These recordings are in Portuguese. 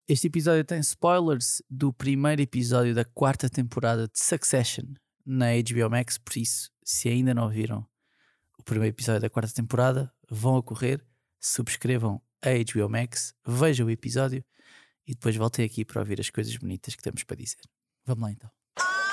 Este episódio tem spoilers do primeiro episódio da 4ª temporada de Succession na HBO Max, por isso, se ainda não viram o primeiro episódio da 4ª temporada, vão a correr, subscrevam a HBO Max, vejam o episódio e depois voltem aqui para ouvir as coisas bonitas que temos para dizer. Vamos lá então.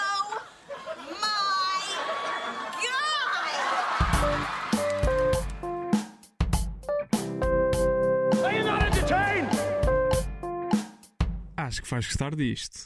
Acho que vais gostar disto.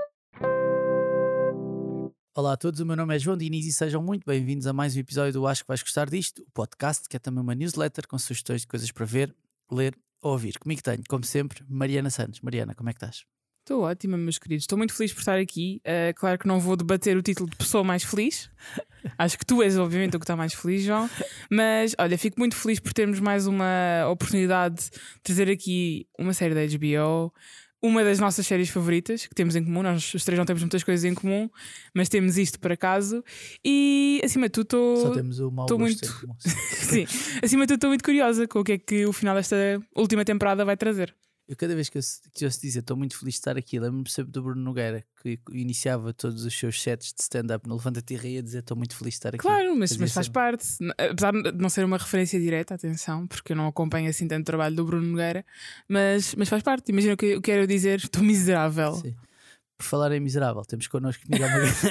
Olá a todos, o meu nome é João Diniz e sejam muito bem-vindos a mais um episódio do Acho que vais gostar disto, o podcast que é também uma newsletter com sugestões de coisas para ver, ler ou ouvir. Comigo tenho, como sempre, Mariana Santos. Mariana, como é que estás? Estou ótima, meus queridos. Estou muito feliz por estar aqui. Claro que não vou debater o título de pessoa mais feliz. Acho que tu és, obviamente, o que está mais feliz, João. Mas, olha, fico muito feliz por termos mais uma oportunidade de trazer aqui uma série da HBO. Uma das nossas séries favoritas que temos em comum. Nós os três não temos muitas coisas em comum, mas temos isto por acaso. E acima de tudo Só temos o mau gosto muito... em comum. Sim, acima de tudo estou muito curiosa com o que é que o final desta última temporada vai trazer. Eu cada vez que eu se dizer estou muito feliz de estar aqui, lembro-me sempre do Bruno Nogueira, que iniciava todos os seus sets de stand-up no Levanta-te e Ri a dizer estou muito feliz de estar aqui. Claro, mas faz parte. Apesar de não ser uma referência direta, atenção, porque eu não acompanho assim tanto o trabalho do Bruno Nogueira, mas faz parte. Imagina o que eu quero dizer, estou miserável. Sim. Por falar em miserável, temos connosco Miguel Magalhães.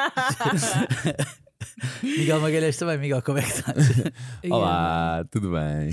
Miguel Magalhães também. Miguel, como é que estás? Olá, tudo bem?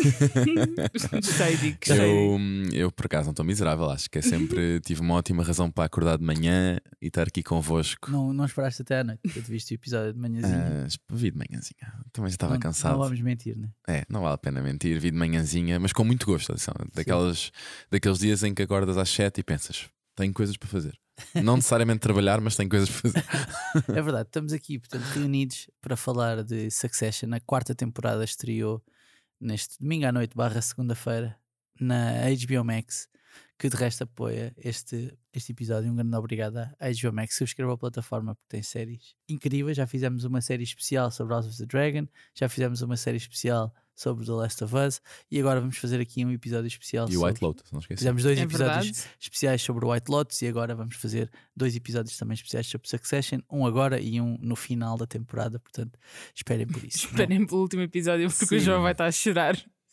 Eu por acaso não estou miserável, acho que é sempre tive uma ótima razão para acordar de manhã e estar aqui convosco. Não esperaste até à noite, eu te viste o episódio de manhãzinha. Vi de manhãzinha, também já estava cansado. Não vamos mentir, né? Não vale a pena mentir, vi de manhãzinha, mas com muito gosto. Daqueles dias em que acordas às 7 e pensas, tenho coisas para fazer. Não necessariamente trabalhar, mas tenho coisas para fazer. É verdade, estamos aqui, portanto, reunidos para falar de Succession. A 4ª temporada estreou neste domingo à noite / segunda-feira na HBO Max, que de resto apoia este episódio. Um grande obrigado à HBO Max. Subscreva a plataforma porque tem séries incríveis. Já fizemos uma série especial sobre House of the Dragon, já fizemos uma série especial sobre The Last of Us e agora vamos fazer aqui um episódio especial e o White Lotus, não esqueça. Fizemos 2 episódios especiais sobre o White Lotus e agora vamos fazer 2 episódios também especiais sobre Succession, um agora e um no final da temporada, portanto esperem por isso. Esperem pelo último episódio porque o João vai estar a chorar.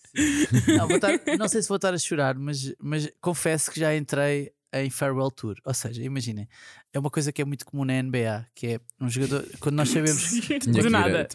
Não sei se vou estar a chorar, mas confesso que já entrei em farewell tour. Ou seja, imaginem, é uma coisa que é muito comum na NBA, que é um jogador, quando nós sabemos do nada.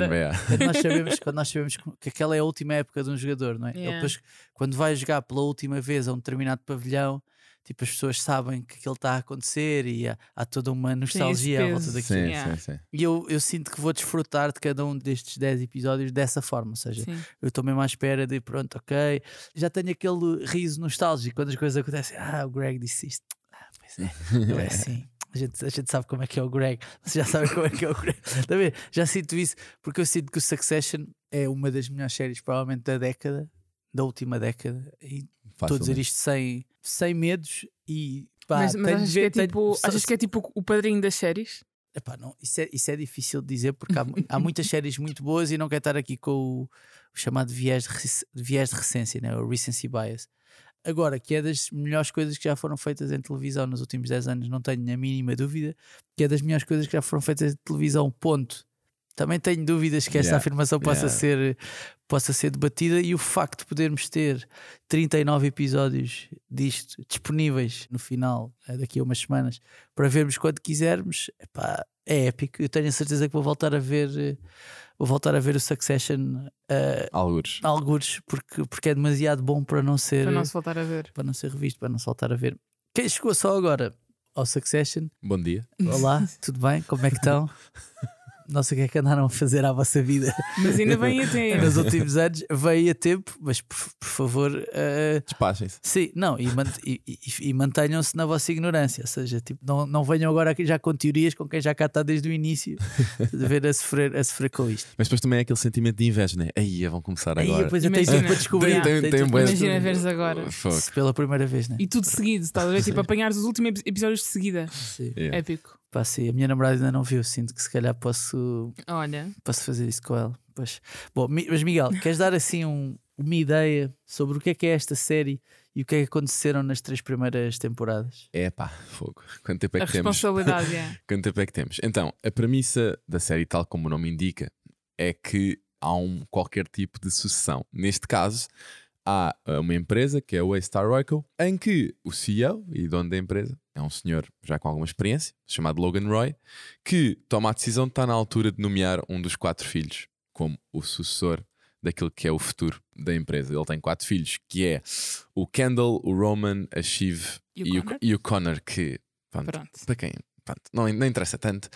quando nós sabemos que aquela é a última época de um jogador, não é? Ele depois, quando vai jogar pela última vez a um determinado pavilhão, tipo, as pessoas sabem que aquilo está a acontecer e há toda uma nostalgia à volta daquilo. Sim. E eu sinto que vou desfrutar de cada um destes 10 episódios dessa forma. Ou seja, eu estou mesmo à espera de pronto, ok, já tenho aquele riso nostálgico quando as coisas acontecem. O Greg disse isto. Pois é, não é assim. A gente sabe como é que é o Greg. Vocês já sabem como é que é o Greg. Tá bem? Já sinto isso porque eu sinto que o Succession é uma das melhores séries provavelmente da última década, e estou a dizer isto sem medos e pá, mas achas que é tipo o padrinho das séries? Epá, não, isso é difícil de dizer porque há muitas séries muito boas e não quero estar aqui com o chamado viés de recência, né? O recency bias. Agora, que é das melhores coisas que já foram feitas em televisão nos últimos 10 anos, não tenho a mínima dúvida que é das melhores coisas que já foram feitas em televisão, ponto. Também tenho dúvidas que esta afirmação possa ser debatida, e o facto de podermos ter 39 episódios disto disponíveis no final, daqui a umas semanas, para vermos quando quisermos, epá, é épico. Eu tenho a certeza que vou voltar a ver o Succession algures, porque é demasiado bom para não ser voltar a ver, para não ser revisto, para não se voltar a ver. Quem chegou só agora ao Succession, bom dia. Olá, tudo bem? Como é que estão? Não sei o que é que andaram a fazer à vossa vida. Mas ainda vem a tempo. Nos últimos anos veio a tempo, mas por favor despachem-se. Sim, não, e mantenham-se na vossa ignorância. Ou seja, tipo, não venham agora aqui já com teorias com quem já cá está desde o início de ver a sofrer com isto. Mas depois também é aquele sentimento de inveja, né? Aí vão começar agora. Aí depois eu tenho tudo para descobrir. Imagina veres agora pela primeira vez, né? E tudo seguido, estás a ver? Tipo, apanhares os últimos episódios de seguida. Sim. Épico. Pá, sim, a minha namorada ainda não viu. Sinto que se calhar posso Olha, fazer isso com ela. Pois. Bom, mas Miguel, queres dar assim um uma ideia sobre o que é esta série e o que é que aconteceram nas 3 primeiras temporadas? Fogo. Quanto tempo é A que temos? responsabilidade, é. Quanto tempo é que temos? Então, a premissa da série, tal como o nome indica, é que há qualquer tipo de sucessão. Neste caso, há uma empresa que é o A-Star Royco, em que o CEO e dono da empresa é um senhor já com alguma experiência, chamado Logan Roy, que toma a decisão de estar na altura de nomear um dos 4 filhos como o sucessor daquilo que é o futuro da empresa. Ele tem 4 filhos, que é o Kendall, o Roman, a Shiv e o Connor, que, pronto. Para quem... Não interessa tanto.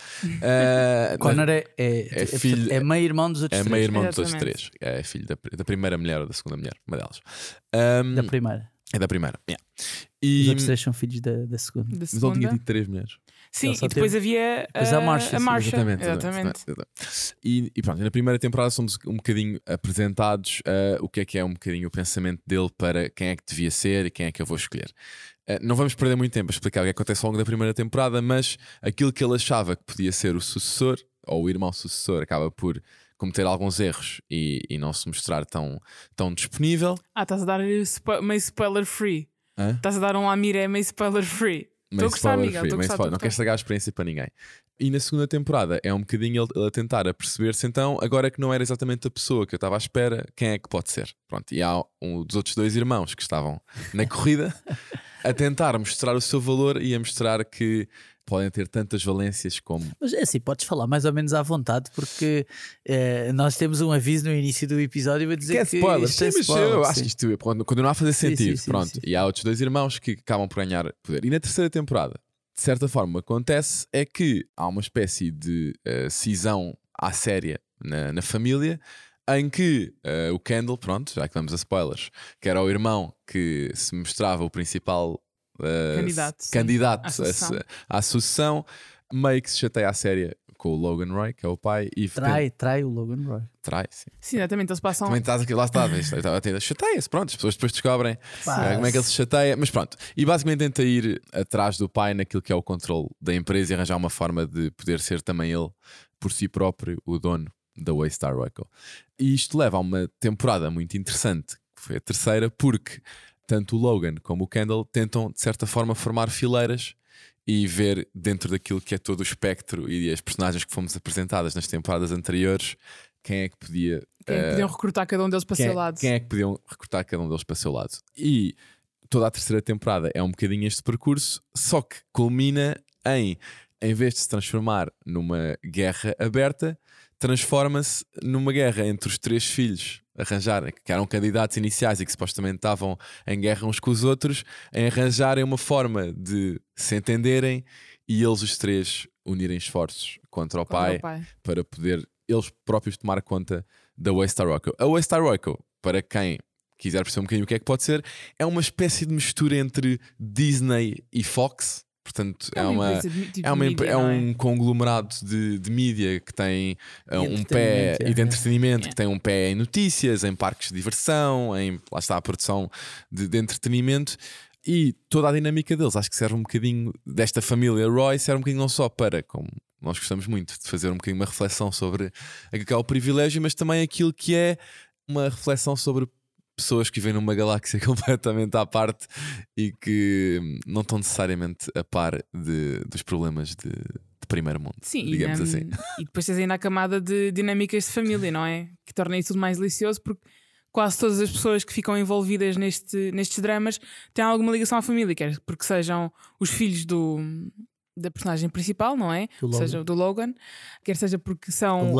Connor é filho, é meio-irmão dos outros 3. É meio-irmão dos outros 3. É filho da primeira mulher ou da segunda mulher, uma delas. Da primeira. É da primeira. Yeah. Os outros 3 são filhos da segunda. Mas ele tinha tido 3 mulheres. Sim, e depois havia a Marsha. Exatamente. E pronto, na primeira temporada somos um bocadinho apresentados o que é um bocadinho o pensamento dele para quem é que devia ser e quem é que eu vou escolher. Não vamos perder muito tempo a explicar o que acontece ao longo da primeira temporada, mas aquilo que ele achava que podia ser o sucessor, ou o irmão sucessor, acaba por cometer alguns erros e não se mostrar tão disponível. Estás a dar meio spoiler free. Estás a dar um Amiré meio spoiler free. Estou a gostar, Miguel. Não quer estragar a experiência para ninguém. E na segunda temporada é um bocadinho ele a tentar a perceber-se então, agora que não era exatamente a pessoa que eu estava à espera, quem é que pode ser? Pronto, e há um dos outros 2 irmãos que estavam na corrida a tentar mostrar o seu valor e a mostrar que podem ter tantas valências como... Mas é assim, podes falar mais ou menos à vontade, porque nós temos um aviso no início do episódio a dizer que spoiler. Isto é sim, spoiler. Eu acho que isto continua a fazer sentido. Pronto. Sim. E há outros 2 irmãos que acabam por ganhar poder. E na terceira temporada, de certa forma, acontece é que há uma espécie de cisão à séria na família, em que o Kendall, pronto, já que vamos a spoilers, que era o irmão que se mostrava o principal candidato à sucessão, meio que se chateia à séria com o Logan Roy, que é o pai, e trai o Logan Roy. Trai, sim. Sim, exatamente. Eles passam. Também estás aqui, lá está, chateia-se, pronto, as pessoas depois descobrem como é que ele se chateia, mas pronto. E basicamente tenta ir atrás do pai naquilo que é o controle da empresa e arranjar uma forma de poder ser também ele, por si próprio, o dono da A-Star Royco. E isto leva a uma temporada muito interessante, que foi a terceira, porque tanto o Logan como o Kendall tentam, de certa forma, formar fileiras e ver dentro daquilo que é todo o espectro e as personagens que fomos apresentadas nas temporadas anteriores, quem é que podia... Quem é que podiam recrutar cada um deles para o seu lado. Quem é que podiam recrutar cada um deles para o seu lado. E toda a terceira temporada é um bocadinho este percurso, só que culmina em vez de se transformar numa guerra aberta, transforma-se numa guerra entre os 3 filhos arranjarem, que eram candidatos iniciais e que supostamente estavam em guerra uns com os outros, em arranjarem uma forma de se entenderem e eles os 3 unirem esforços contra o pai para poder eles próprios tomar conta da A-Star Royco. A A-Star Royco, para quem quiser perceber um bocadinho o que é que pode ser, é uma espécie de mistura entre Disney e Fox. Portanto, é um conglomerado de mídia que tem um pé e de entretenimento, que tem um pé em notícias, em parques de diversão, lá está a produção de entretenimento. E toda a dinâmica deles, acho que serve um bocadinho desta família Roy, serve um bocadinho não só para, como nós gostamos muito de fazer um bocadinho uma reflexão sobre aquilo que é o privilégio, mas também aquilo que é uma reflexão sobre pessoas que vivem numa galáxia completamente à parte e que não estão necessariamente a par dos problemas de primeiro mundo. Sim, digamos assim. E depois tens ainda a camada de dinâmicas de família, não é? Que torna isso tudo mais delicioso, porque quase todas as pessoas que ficam envolvidas nestes dramas têm alguma ligação à família, quer porque sejam os filhos da personagem principal, não é? Seja do Logan, quer seja porque são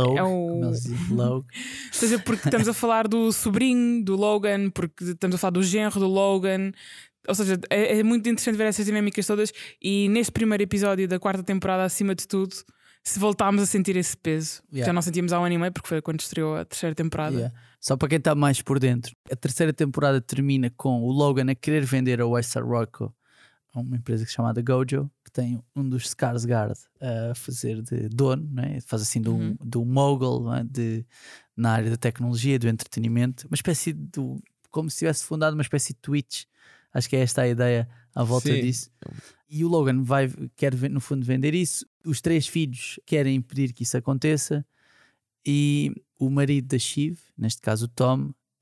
seja porque estamos a falar do sobrinho do Logan, porque estamos a falar do genro do Logan. Ou seja, é muito interessante ver essas dinâmicas todas. E neste primeiro episódio da 4ª temporada, acima de tudo, se voltámos a sentir esse peso, já não sentíamos há 1 ano e meio, porque foi quando estreou a 3ª temporada. Só para quem está mais por dentro, a 3ª temporada termina com o Logan a querer vender a A-Star Royco a uma empresa chamada Gojo, que tem um dos Skarsgård a fazer de dono, né? Faz assim de um mogul, né? Na área da tecnologia e do entretenimento, uma espécie de, como se tivesse fundado uma espécie de Twitch. Acho que é esta a ideia à volta disso. E o Logan quer no fundo vender isso. Os 3 filhos querem impedir que isso aconteça, e o marido da Shiv, neste caso o Tom,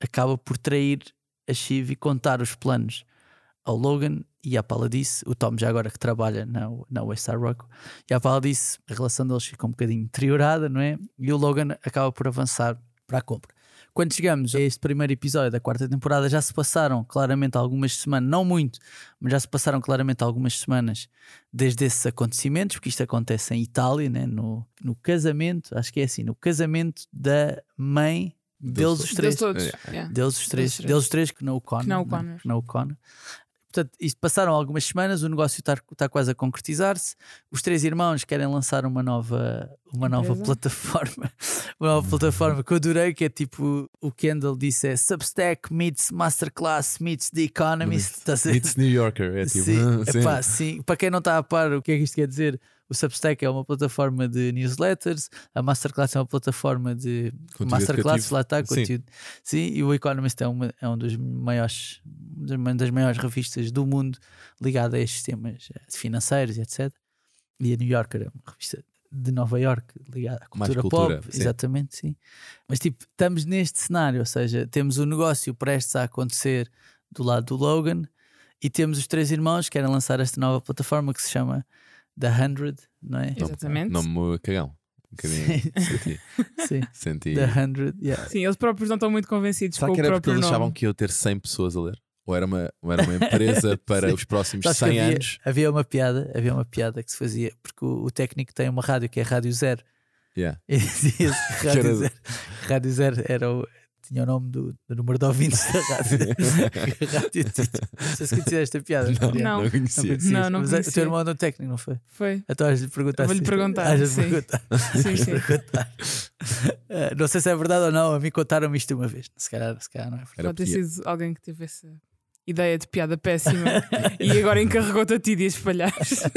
acaba por trair a Shiv e contar os planos ao Logan e à Paula disse, o Tom já agora que trabalha na West Side Rock, e à Paula disse, a relação deles fica um bocadinho deteriorada, não é? E o Logan acaba por avançar para a compra. Quando chegamos a este primeiro episódio da 4ª temporada, já se passaram claramente algumas semanas, não muito, mas já se passaram claramente algumas semanas desde esses acontecimentos, porque isto acontece em Itália, né? No casamento, acho que é assim, no casamento da mãe deles os três. Deles os três, que não o Connor. Portanto, isto passaram algumas semanas, o negócio está quase a concretizar-se. Os 3 irmãos querem lançar uma nova plataforma. Uma nova plataforma que eu adorei, que é tipo, o Kendall disse, é Substack meets Masterclass meets The Economist. Meets New Yorker. É tipo, sim. Para quem não está a par, o que é que isto quer dizer? O Substack é uma plataforma de newsletters, a Masterclass é uma plataforma de conteúdo Masterclass, educativo. lá está, conteúdo. Sim, e o Economist é um dos maiores, uma das maiores revistas do mundo ligada a estes temas financeiros e etc. E a New Yorker é uma revista de Nova York ligada à cultura pop, sim. exatamente, sim. Mas tipo, estamos neste cenário, ou seja, temos o negócio prestes a acontecer do lado do Logan e temos os 3 irmãos que querem lançar esta nova plataforma que se chama The 100, não é? Exatamente. Nome cagão. Um bocadinho. Senti. The 100, yeah. Sim, eles próprios não estão muito convencidos Será com que o era porque próprio eles nome. achavam que ia ter 100 pessoas a ler? Ou era uma empresa para os próximos 100 anos? Havia uma piada que se fazia, porque o técnico tem uma rádio que é a Rádio Zero. Yeah. E dizia que Rádio Zero tinha o nome do número de ouvintes da rádio. Rádio Tito. Não sei se conhecia esta piada. Não conhecia. Não Mas conhecia. o teu irmão é um técnico, não foi? Foi. Então has de perguntar. Vou-lhe perguntar. Não sei se é verdade ou não. A mim contaram-me isto uma vez. Se calhar não é verdade. Pode ter sido alguém que teve essa ideia de piada péssima e agora encarregou-te a ti de a espalhar.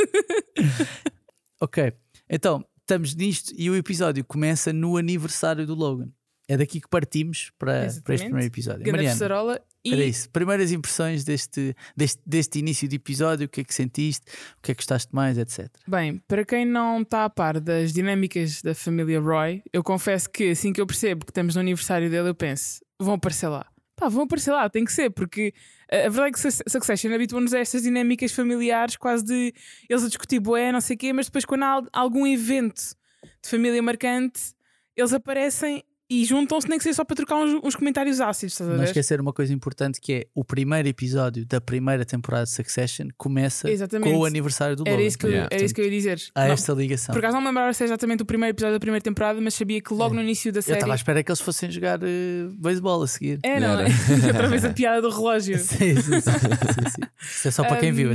Ok, então estamos nisto e o episódio começa no aniversário do Logan. É daqui que partimos para este primeiro episódio. Mariana, era isso. Primeiras impressões deste início de episódio, o que é que sentiste, o que é que gostaste mais, etc. Bem, para quem não está a par das dinâmicas da família Roy, eu confesso que assim que eu percebo que estamos no aniversário dele, eu penso, vão aparecer lá. Vão aparecer lá, tem que ser, porque a verdade é que Succession habitua-nos a estas dinâmicas familiares, quase de eles a discutir bué, não sei o quê, mas depois quando há algum evento de família marcante, eles aparecem e juntam-se, nem que seja só para trocar uns comentários ácidos, estás a ver? Não esquecer uma coisa importante, que é o primeiro episódio da primeira temporada de Succession começa com o aniversário do Logan. Era isso que eu ia dizer. Há esta ligação. Por acaso não me lembrava se é exatamente o primeiro episódio da primeira temporada, mas sabia que logo no início da série... Eu estava à espera que eles fossem jogar beisebol a seguir. Não é? Outra vez a piada do relógio. Sim. Isso é só para quem viu,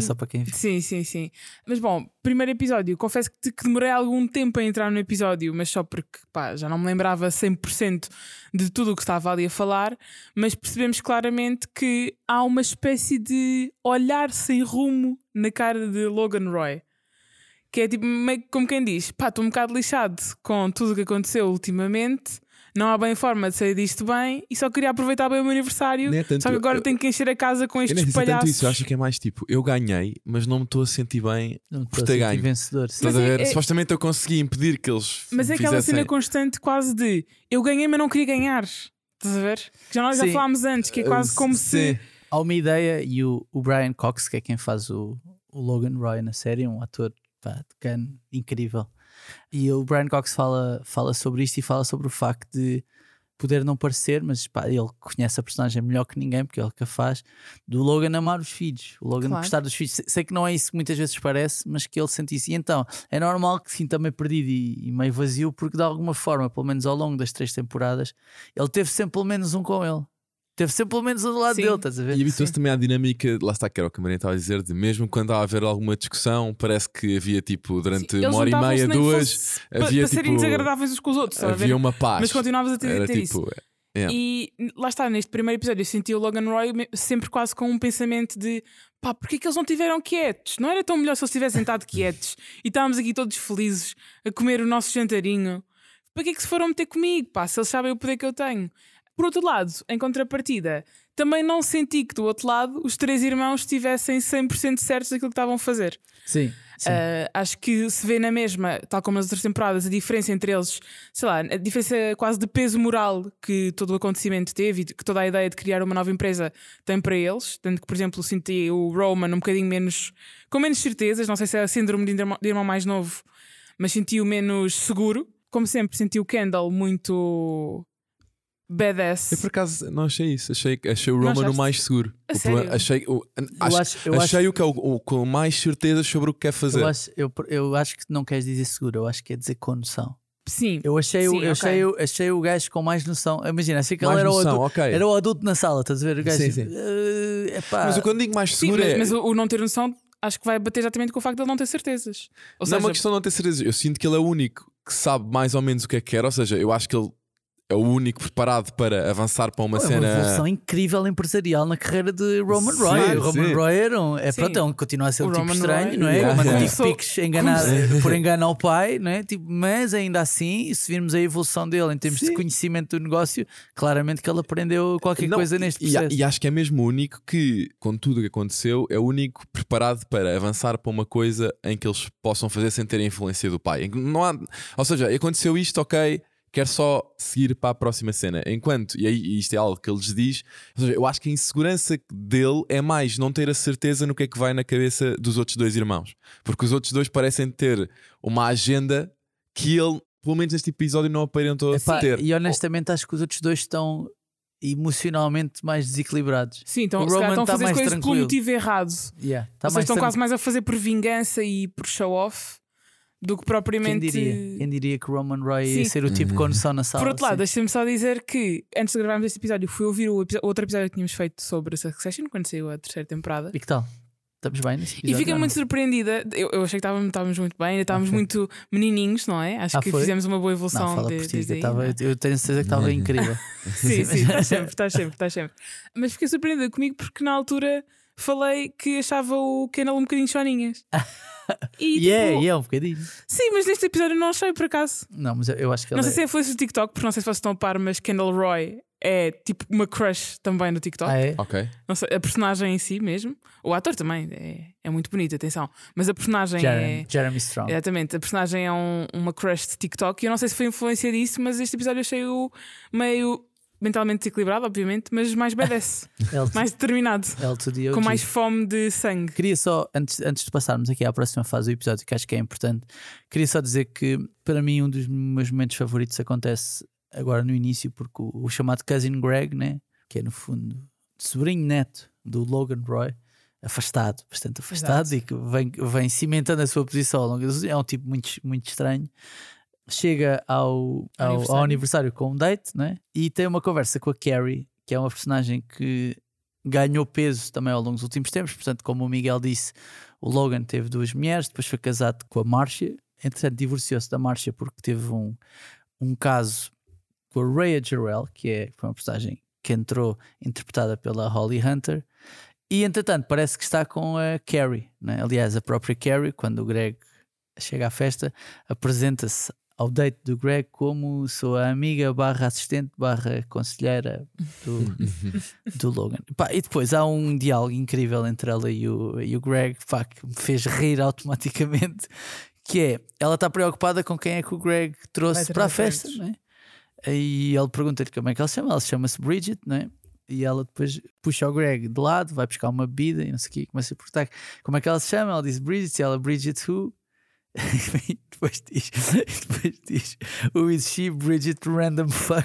Sim. Mas bom, primeiro episódio, confesso que demorei algum tempo a entrar no episódio, mas só porque já não me lembrava 100% de tudo o que estava ali a falar, mas percebemos claramente que há uma espécie de olhar sem rumo na cara de Logan Roy, que é tipo meio como quem diz, estou um bocado lixado com tudo o que aconteceu ultimamente, não há bem forma de sair disto bem e só queria aproveitar bem o meu aniversário, só que agora tenho que encher a casa com estes palhaços. Isso, eu acho que é mais tipo, eu ganhei, mas não me estou a sentir bem por ter ganho. Vencedor, estás a ver? Supostamente eu consegui impedir que eles mas é aquela cena constante quase de eu ganhei, mas não queria ganhar. Estás a ver? Já falámos antes, que é quase como se... Há uma ideia, e o Brian Cox, que é quem faz o Logan Roy na série, um ator de cano incrível. E o Brian Cox fala sobre isto e fala sobre o facto de poder não parecer, mas ele conhece a personagem melhor que ninguém, porque ele que a faz, do Logan amar os filhos, o Logan gostar dos filhos. Sei que não é isso que muitas vezes parece, mas que ele sente isso. E então é normal que se sinta meio perdido e meio vazio, porque de alguma forma, pelo menos ao longo das 3 temporadas, ele teve sempre pelo menos um com ele. Teve sempre pelo menos um do lado dele, estás a ver? E habituou-se também à dinâmica, lá está, que era o que a Maria estava a dizer, de mesmo quando estava a haver alguma discussão, parece que havia tipo durante uma hora e meia, 2, havia para serem tipo, desagradáveis uns com os outros, havia uma paz. Mas continuavas a ter tipo, isso. E lá está, neste primeiro episódio eu senti o Logan Roy sempre quase com um pensamento de porque é que eles não estiveram quietos? Não era tão melhor se eles tivessem estado quietos e estávamos aqui todos felizes a comer o nosso jantarinho? Para que é que se foram meter comigo? Se eles sabem o poder que eu tenho. Por outro lado, em contrapartida, também não senti que do outro lado os 3 irmãos estivessem 100% certos daquilo que estavam a fazer. Sim. Acho que se vê na mesma, tal como nas outras temporadas, a diferença entre eles, sei lá, a diferença quase de peso moral que todo o acontecimento teve e que toda a ideia de criar uma nova empresa tem para eles. Tanto que, por exemplo, senti o Roman um bocadinho menos, com menos certezas, não sei se é a síndrome de irmão mais novo, mas senti-o menos seguro. Como sempre, senti o Kendall muito badass. Eu por acaso não achei isso. Achei o Roman o mais seguro. A sério? Achei o que é o com mais certezas sobre o que quer fazer. Eu acho que não queres dizer seguro, eu acho que quer dizer com noção. Sim. Eu achei o gajo com mais noção. Imagina, achei que ele era o adulto na sala, estás a ver? O gajo, sim. Mas quando digo mais seguro mas o não ter noção, acho que vai bater exatamente com o facto de ele não ter certezas. Ou não é uma questão de não ter certezas. Eu sinto que ele é o único que sabe mais ou menos o que é que quer. Ou seja, eu acho que ele é o único preparado para avançar para uma cena. É uma evolução incrível empresarial na carreira de Roman Roy. O Roman Roy continua a ser um tipo estranho, não é? Manda dick pics por engano ao pai, não é? Tipo, mas ainda assim, se virmos a evolução dele em termos de conhecimento do negócio, claramente que ele aprendeu qualquer coisa neste processo. E acho que é mesmo o único que, com tudo o que aconteceu, é o único preparado para avançar para uma coisa em que eles possam fazer sem ter a influência do pai. Não há, ou seja, aconteceu isto, ok. Quer só seguir para a próxima cena. Enquanto, e aí isto é algo que ele lhes diz, ou seja, eu acho que a insegurança dele é mais não ter a certeza no que é que vai na cabeça dos outros dois irmãos. Porque os outros dois parecem ter uma agenda que ele, pelo menos neste episódio, não aparentou ter. E honestamente acho que os outros dois estão emocionalmente mais desequilibrados. Sim, então se calhar estão a fazer as coisas pelo motivo errado. Estão quase mais a fazer por vingança e por show-off do que propriamente. Quem diria que o Roman Roy ia ser o tipo com noção na sala? Por outro lado, deixa-me só dizer que antes de gravarmos este episódio, fui ouvir o outro episódio que tínhamos feito sobre Succession, quando saiu a terceira temporada. E que tal? Estamos bem nesse episódio? E fiquei muito surpreendida. Eu achei que estávamos muito bem, ainda estávamos muito menininhos, não é? Acho que fizemos uma boa evolução. Não, eu tenho certeza que estava incrível. Sim, estás sempre. Mas fiquei surpreendida comigo porque na altura falei que achava o Kendall um bocadinho choninhas. E é um bocadinho. Sim, mas neste episódio não achei por acaso. Não, mas eu acho que não sei se é influência do TikTok, porque não sei se vocês estão a par, mas Kendall Roy é tipo uma crush também no TikTok. Ok. Não sei, a personagem em si mesmo, o ator também é muito bonito, atenção. Mas a personagem Jeremy Strong. Exatamente, a personagem é uma crush de TikTok. E eu não sei se foi influência disso, mas este episódio achei-o meio mentalmente desequilibrado, obviamente, mas mais badass, mais determinado, com mais fome de sangue. Queria só, antes de passarmos aqui à próxima fase do episódio, que acho que é importante, queria só dizer que para mim um dos meus momentos favoritos acontece agora no início, porque o chamado Cousin Greg, né, que é no fundo sobrinho neto do Logan Roy, bastante afastado. Exato. E que vem cimentando a sua posição ao longo dos anos. É um tipo muito, muito estranho. Chega ao aniversário com um date, né? E tem uma conversa com a Carrie, que é uma personagem que ganhou peso também ao longo dos últimos tempos. Portanto, como o Miguel disse, o Logan teve 2 mulheres, depois foi casado com a Marcia. Entretanto, divorciou-se da Marcia porque teve um caso com a Rhea Jarrell, que foi uma personagem que entrou interpretada pela Holly Hunter. E entretanto, parece que está com a Carrie, né? Aliás, a própria Carrie, quando o Greg chega à festa, apresenta-se ao date do Greg como sou a amiga / assistente / conselheira do Logan. E depois há um diálogo incrível entre ela e o Greg, que me fez rir automaticamente, que é, ela está preocupada com quem é que o Greg trouxe para a festa, não é? E ele pergunta-lhe como é que ela se chama. Ela chama-se Bridget, não é? E ela depois puxa o Greg de lado, vai buscar uma bebida e não sei o quê, começa a perguntar como é que ela se chama. Ela diz Bridget, e ela, Bridget who? E depois diz who is she, Bridget random fuck?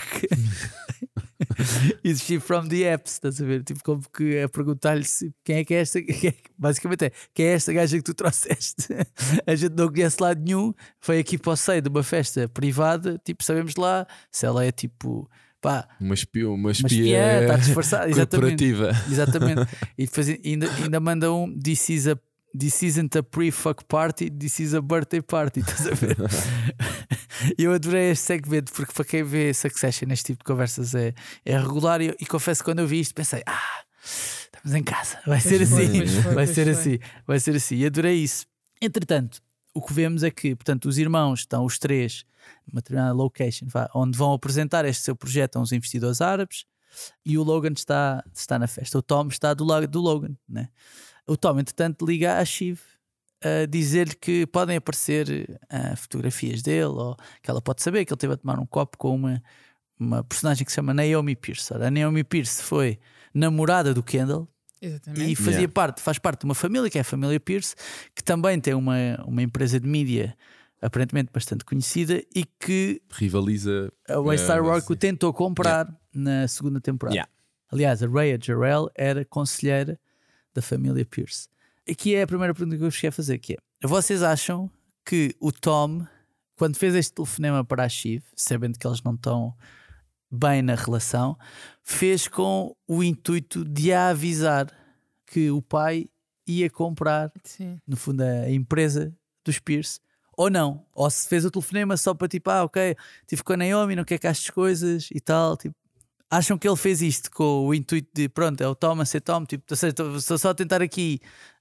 Is she from the apps? Estás a ver? Tipo, como que é perguntar-lhe quem é que é esta, basicamente quem é esta gaja que tu trouxeste? A gente não conhece lado nenhum, foi aqui para o seio de uma festa privada, tipo, sabemos lá se ela é tipo uma espia está disfarçada, corporativa. Exatamente. E depois ainda manda This isn't a pre-fuck party, this is a birthday party. Estás a ver? E eu adorei este segmento, porque para quem vê Succession, este tipo de conversas é regular. E confesso que quando eu vi isto pensei, estamos em casa, vai ser assim. E adorei isso. Entretanto, o que vemos é que, portanto, os irmãos estão os 3 numa determinada location, onde vão apresentar este seu projeto a uns investidores árabes, e o Logan está na festa. O Tom está do lado do Logan, né? O Tom, entretanto, liga a Shiv a dizer-lhe que podem aparecer fotografias dele, ou que ela pode saber que ele esteve a tomar um copo com uma personagem que se chama Naomi Pierce. A Naomi Pierce foi namorada do Kendall. Exatamente. E faz parte de uma família, que é a família Pierce, que também tem uma empresa de mídia aparentemente bastante conhecida e que rivaliza. A Waystar Rock o tentou comprar na segunda temporada. Aliás, a Rhea Jarrell era conselheira da família Pierce. Aqui é a primeira pergunta que eu cheguei a fazer, que é: vocês acham que o Tom, quando fez este telefonema para a Shiv, sabendo que eles não estão bem na relação, fez com o intuito de a avisar que o pai ia comprar, no fundo, a empresa dos Pierce, ou não? Ou se fez o telefonema só para tipo, ok, tive com a Naomi, não quer que estas coisas e tal, tipo, acham que ele fez isto com o intuito de, pronto, é o Tom a ser Tom, tipo, ou seja, estou só a tentar aqui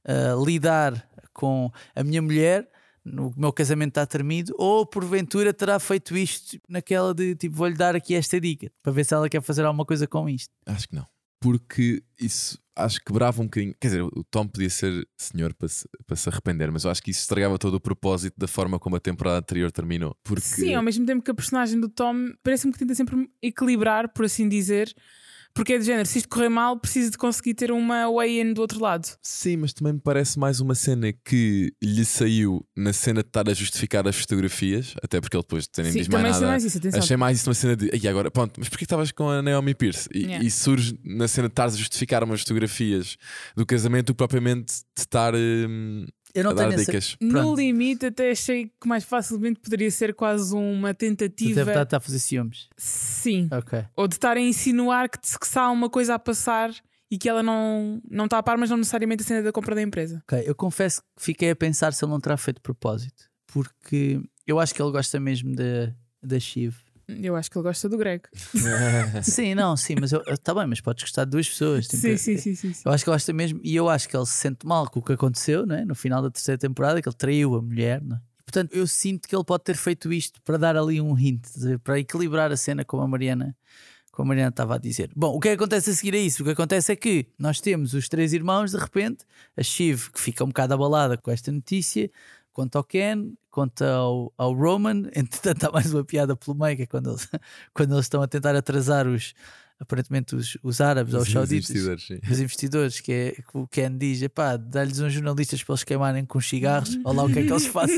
lidar com a minha mulher, o meu casamento está termido, ou porventura terá feito isto naquela de tipo, vou-lhe dar aqui esta dica para ver se ela quer fazer alguma coisa com isto? Acho que não, porque isso acho que quebrava um bocadinho. Quer dizer, o Tom podia ser senhor para se arrepender, mas eu acho que isso estragava todo o propósito da forma como a temporada anterior terminou. Porque... Sim, ao mesmo tempo que a personagem do Tom parece-me que tenta sempre equilibrar, por assim dizer. Porque é de género, se isto correr mal, preciso de conseguir ter uma way-in do outro lado. Sim, mas também me parece mais uma cena que lhe saiu na cena de estar a justificar as fotografias, até porque ele depois nem diz mais nada. Mais isso, achei mais isso uma cena de, e agora, pronto, mas porquê estavas com a Naomi Pierce? E surge na cena de estar a justificar umas fotografias do casamento, propriamente de estar eu não a dar tenho dicas. No limite, até achei que mais facilmente poderia ser quase uma tentativa. Deve estar a fazer ciúmes. Sim. Okay. Ou de estar a insinuar que se há uma coisa a passar e que ela não está a par, mas não necessariamente a cena da compra da empresa. Ok, eu confesso que fiquei a pensar se ele não terá feito de propósito, porque eu acho que ele gosta mesmo da Shiv. Eu acho que ele gosta do Greg. Sim, mas está bem, mas podes gostar de duas pessoas. Tipo, sim. Eu acho que ele gosta mesmo, e eu acho que ele se sente mal com o que aconteceu, não é? No final da terceira temporada, que ele traiu a mulher, não é? Portanto, eu sinto que ele pode ter feito isto para dar ali um hint, para equilibrar a cena, como a Mariana estava a dizer. Bom, o que acontece a seguir a isso? O que acontece é que nós temos os três irmãos, de repente, a Shiv, que fica um bocado abalada com esta notícia, quanto ao Ken, quanto ao Roman. Entretanto, há mais uma piada pelo meio, que é quando eles estão a tentar atrasar aparentemente os árabes, os sauditas, os investidores, que é que o Ken diz: dá-lhes uns jornalistas para eles queimarem com cigarros, olha lá o que é que eles fazem,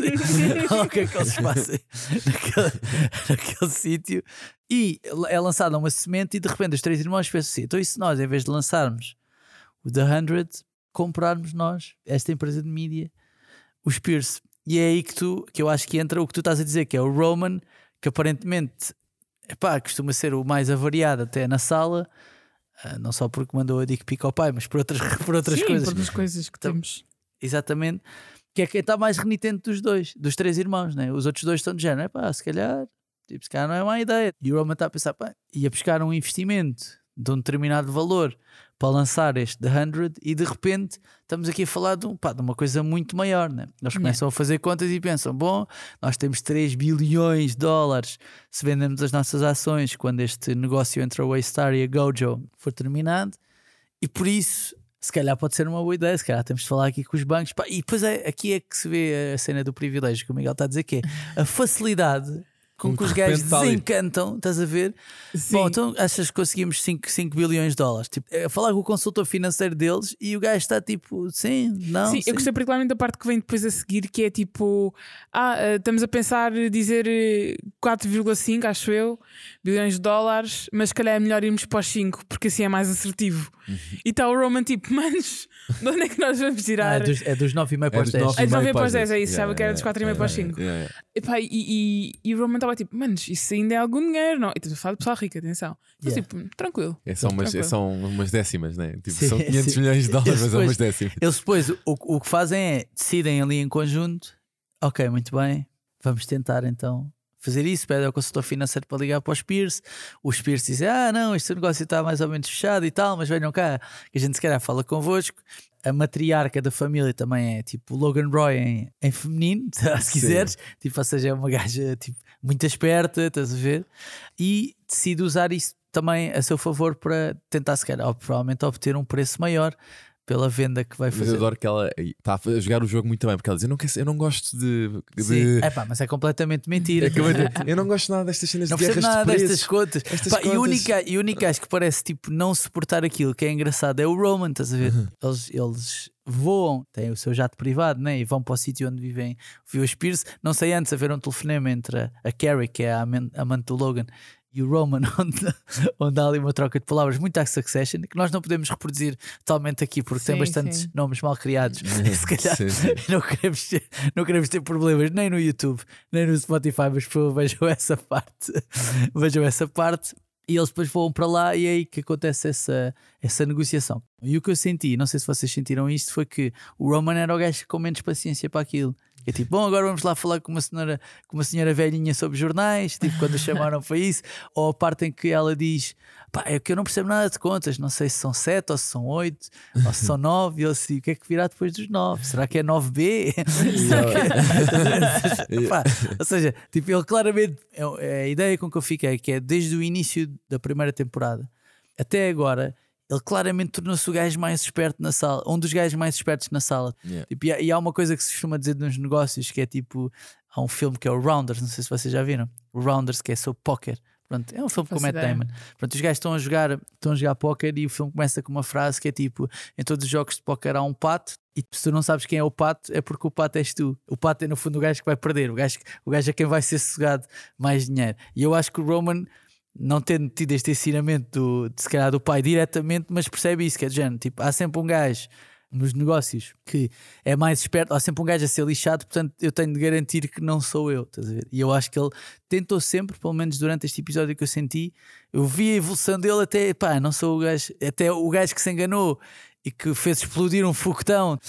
naquele sítio. E é lançada uma semente, e de repente os três irmãos pensam assim: então, e se nós, em vez de lançarmos o The 100, comprarmos nós esta empresa de mídia, os Pierce? E é aí que eu acho que entra o que tu estás a dizer, que é o Roman, que aparentemente costuma ser o mais avariado até na sala, não só porque mandou a dick pic ao pai, mas por outras coisas. Por outras coisas que temos. Exatamente. Que é quem está mais renitente dos três irmãos, né? Os outros dois estão de género, se calhar não é uma ideia. E o Roman está a pensar, ia buscar um investimento de um determinado valor para lançar este The 100, e de repente estamos aqui a falar de uma coisa muito maior, né? Eles começam a fazer contas e pensam: bom, nós temos 3 bilhões de dólares se vendemos as nossas ações quando este negócio entre a Waystar e a Gojo for terminado, e por isso se calhar pode ser uma boa ideia, se calhar temos de falar aqui com os bancos. E depois aqui é que se vê a cena do privilégio, que o Miguel está a dizer, que é a facilidade com que os gajos desencantam, estás a ver? Sim. Bom, então achas que conseguimos 5 bilhões de dólares? Tipo, a falar com o consultor financeiro deles, e o gajo está tipo, sim, não. Sim, eu gostei particularmente da parte que vem depois a seguir, que é tipo, estamos a pensar dizer 4,5, acho eu, bilhões de dólares, mas se calhar é melhor irmos para os 5, porque assim é mais assertivo. E está o Roman tipo, manos, de onde é que nós vamos tirar? É dos 9,5 para os 10. É dos 9,5 para os 10, é isso, sabe que era dos 4,5 para os 5. E o Roman estava tipo, manos, isso ainda é algum dinheiro, não? E estás a falar de pessoal rico, atenção. Mas tipo, tranquilo. São umas décimas, né? Tipo, são 500 milhões de dólares, mas são umas décimas. Eles depois o que fazem é decidem ali em conjunto: ok, muito bem, vamos tentar então fazer isso. Pedem ao consultor financeiro para ligar para os Pierce. Os Pierce dizem: não, este negócio está mais ou menos fechado e tal, mas venham cá, que a gente se calhar fala convosco. A matriarca da família também é tipo Logan Roy em feminino, se quiseres. Tipo, ou seja, é uma gaja tipo, muito esperta, estás a ver? E decide usar isso também a seu favor para tentar, se calhar, provavelmente obter um preço maior pela venda que vai Mas fazer. eu adoro que ela está a jogar o jogo muito bem, porque ela diz: eu não gosto de... Sim. Mas é completamente mentira. Eu não gosto nada destas cenas Não de guerras percebo nada de preços. destas contas. E o único gajo que parece tipo não suportar aquilo que é engraçado é o Roman, estás a ver? Eles voam, têm o seu jato privado, né? E vão para o sítio onde vive os Pierce. Não sei antes haver um telefonema entre a Carrie, que é a amante do Logan, e o Roman, onde há ali uma troca de palavras muito à Succession, que nós não podemos reproduzir totalmente aqui porque tem bastantes nomes mal criados. Se calhar não queremos ter problemas nem no YouTube nem no Spotify, mas por favor, vejam essa parte. E eles depois vão para lá e é aí que acontece essa negociação. E o que eu senti, não sei se vocês sentiram isto, foi que o Roman era o gajo com menos paciência para aquilo. É tipo, bom, agora vamos lá falar com uma senhora velhinha sobre jornais, tipo, quando a chamaram foi isso. Ou a parte em que ela diz: pá, é que eu não percebo nada de contas, não sei se são 7 ou se são 8 ou se são 9, ou se o que é que virá depois dos 9? Será que é 9B? Pá, ou seja, tipo, ele claramente, a ideia com que eu fiquei, que é desde o início da primeira temporada até agora, ele claramente tornou-se o gajo mais esperto na sala, um dos gajos mais espertos na sala. Tipo, e há uma coisa que se costuma dizer nos negócios, que é tipo, há um filme que é o Rounders, não sei se vocês já viram, o Rounders, que é sobre póquer. Pronto, é um filme com o Matt Damon. Pronto, os gajos estão a jogar póquer e o filme começa com uma frase que é tipo: em todos os jogos de póquer há um pato, e se tu não sabes quem é o pato, é porque o pato és tu. O pato é no fundo o gajo que vai perder, o gajo é quem vai ser sugado mais dinheiro. E eu acho que o Roman, não tendo tido este ensinamento se calhar do pai diretamente, mas percebe isso, que é de género, tipo, há sempre um gajo nos negócios que é mais esperto, há sempre um gajo a ser lixado, portanto eu tenho de garantir que não sou eu, estás a ver? E eu acho que ele tentou sempre, pelo menos durante este episódio que eu senti, eu vi a evolução dele até, pá, não sou o gajo, até o gajo que se enganou e que fez explodir um foguetão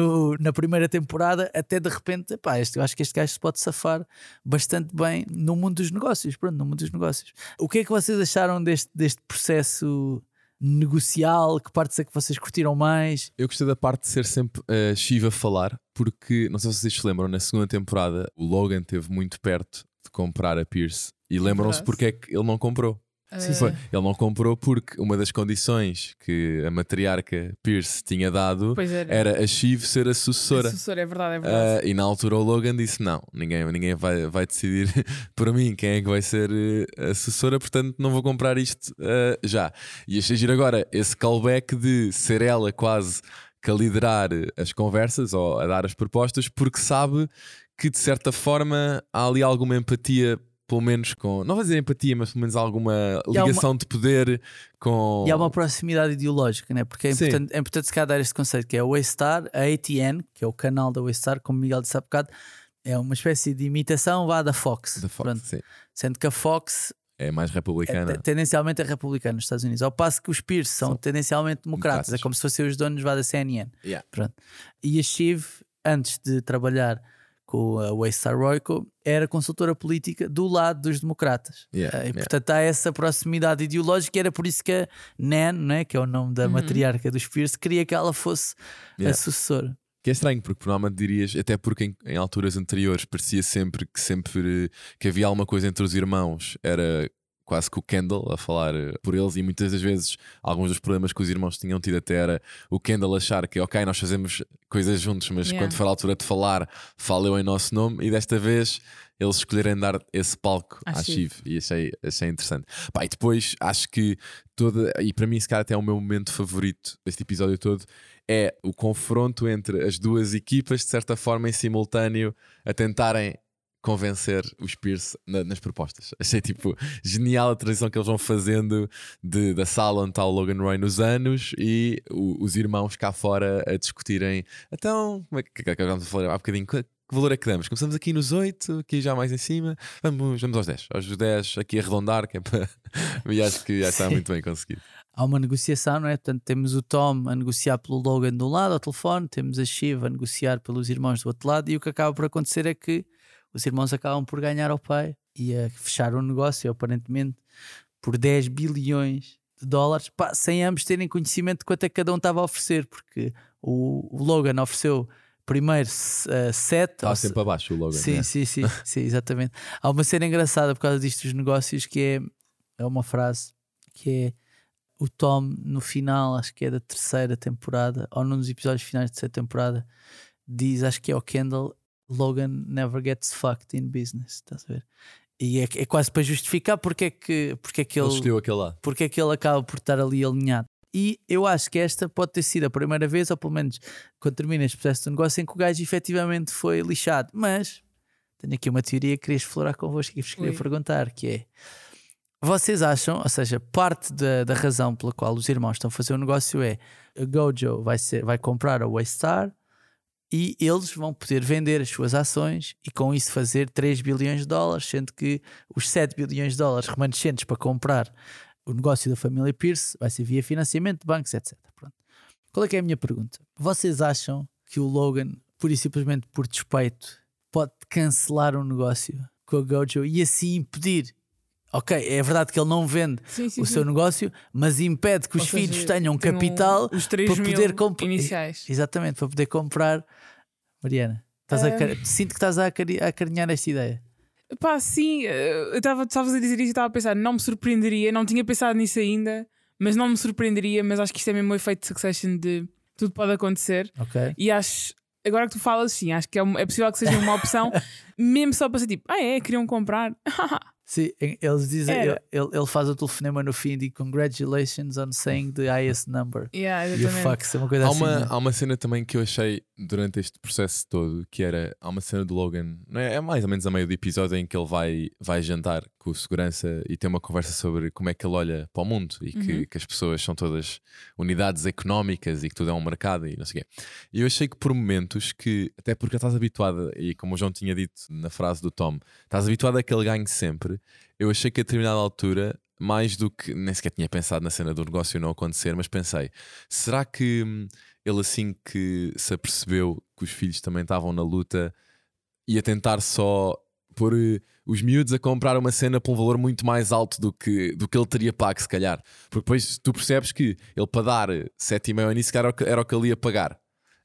na primeira temporada, até de repente, pá, eu acho que este gajo se pode safar bastante bem no mundo dos negócios. Pronto, no mundo dos negócios. O que é que vocês acharam deste processo negocial? Que partes é que vocês curtiram mais? Eu gostei da parte de ser sempre a Shiva a falar, porque, não sei se vocês se lembram, na segunda temporada o Logan esteve muito perto de comprar a Pierce e lembram-se porque é que ele não comprou. Ele não comprou porque uma das condições que a matriarca Pierce tinha dado era a Shiv ser a sucessora. É verdade. E na altura o Logan disse: não, ninguém vai decidir por mim quem é que vai ser a sucessora, portanto não vou comprar isto já. E achei giro agora esse callback de ser ela quase que a liderar as conversas ou a dar as propostas, porque sabe que de certa forma há ali alguma empatia, pelo menos com, não vou dizer empatia, mas pelo menos alguma ligação de poder com... E há uma proximidade ideológica, né? Porque é importante se calhar dar este conceito, que é o Waystar, a ATN, que é o canal da Waystar, como Miguel disse há bocado, é uma espécie de imitação da Fox. Da Fox, sim. Sendo que a Fox é mais republicana. Tendencialmente é republicana nos Estados Unidos. Ao passo que os Pierce são tendencialmente democratas. É como se fossem os donos da CNN. Pronto. E a Shiv, antes de trabalhar com a Waystar Royco, era consultora política do lado dos democratas. Portanto há essa proximidade ideológica, e era por isso que a Nan, né, que é o nome da matriarca dos Pierce, queria que ela fosse a sucessora. Que é estranho, porque provavelmente dirias, até porque em alturas anteriores parecia sempre que havia alguma coisa entre os irmãos, era quase que o Kendall a falar por eles, e muitas das vezes alguns dos problemas que os irmãos tinham tido até era o Kendall achar que ok, nós fazemos coisas juntos, mas quando for a altura de falar, falo eu em nosso nome, e desta vez eles escolherem dar esse palco à Shiv, e achei interessante. E depois acho que e para mim esse cara até é o meu momento favorito deste episódio todo, é o confronto entre as duas equipas, de certa forma em simultâneo, a tentarem convencer os Pierce nas propostas. Achei tipo genial a transição que eles vão fazendo da sala onde está o Logan Roy nos anos e os irmãos cá fora a discutirem. Então, como é que vamos falar há bocadinho? Que valor é que damos? Começamos aqui nos 8, aqui já mais em cima, vamos aos 10. Aos 10 aqui a arredondar, que é para... E acho que já está muito bem conseguido. Há uma negociação, não é? Portanto, temos o Tom a negociar pelo Logan de um lado ao telefone, temos a Shiv a negociar pelos irmãos do outro lado, e o que acaba por acontecer é que os irmãos acabam por ganhar ao pai e a fechar um negócio, aparentemente, por 10 bilhões de dólares, sem ambos terem conhecimento de quanto é que cada um estava a oferecer, porque o Logan ofereceu primeiro 7. Estava sempre abaixo o Logan. Sim, né? sim, exatamente. Há uma cena engraçada por causa disto dos negócios, que é uma frase que é: o Tom, no final, acho que é da terceira temporada, ou num dos episódios finais da terceira temporada, diz, acho que é o Kendall, Logan never gets fucked in business, estás a ver? E é quase para justificar porque é que Ele escolheu aquele lado. porque é que ele acaba por estar ali alinhado. E eu acho que esta pode ter sido a primeira vez, ou pelo menos quando termina este processo de negócio, em que o gajo efetivamente foi lixado. Mas tenho aqui uma teoria que queria explorar convosco e vos queria perguntar, que é: vocês acham, ou seja, parte da razão pela qual os irmãos estão a fazer o negócio é a Gojo vai comprar a Waystar e eles vão poder vender as suas ações e com isso fazer 3 bilhões de dólares, sendo que os 7 bilhões de dólares remanescentes para comprar o negócio da família Pierce vai ser via financiamento de bancos, etc. Pronto. Qual é que é a minha pergunta? Vocês acham que o Logan, pura e simplesmente por despeito, pode cancelar um negócio com a Gojo e assim impedir? Ok, é verdade que ele não vende o seu negócio, mas impede que os filhos tenham capital os 3 para poder comprar iniciais. Exatamente, para poder comprar. Mariana, sinto que estás a acarinhar esta ideia. Pá, sim, estavas a dizer isso e estava a pensar, não me surpreenderia, não tinha pensado nisso ainda, mas não me surpreenderia, mas acho que isto é mesmo o efeito de Succession de tudo pode acontecer. Ok. E acho, agora que tu falas, sim, acho que é possível que seja uma opção, mesmo só para ser tipo, queriam comprar. Sim, eles dizem, ele faz o telefonema no fim e diz congratulations on saying the highest number. You fucks, é uma coisa assim. Há uma cena também que eu achei durante este processo todo, que há uma cena do Logan, não é? É mais ou menos a meio do episódio em que ele vai jantar com o segurança e tem uma conversa sobre como é que ele olha para o mundo e que as pessoas são todas unidades económicas e que tudo é um mercado e não sei o quê. E eu achei que por momentos que, até porque estás habituado, e como o João tinha dito na frase do Tom, estás habituado a que ele ganhe sempre. Eu achei que a determinada altura, mais do que nem sequer tinha pensado na cena do negócio não acontecer, mas pensei, será que ele assim que se apercebeu que os filhos também estavam na luta ia tentar só pôr os miúdos a comprar uma cena por um valor muito mais alto do que ele teria pago, se calhar? Porque depois tu percebes que ele para dar 7,5 ao início era o que ele ia pagar.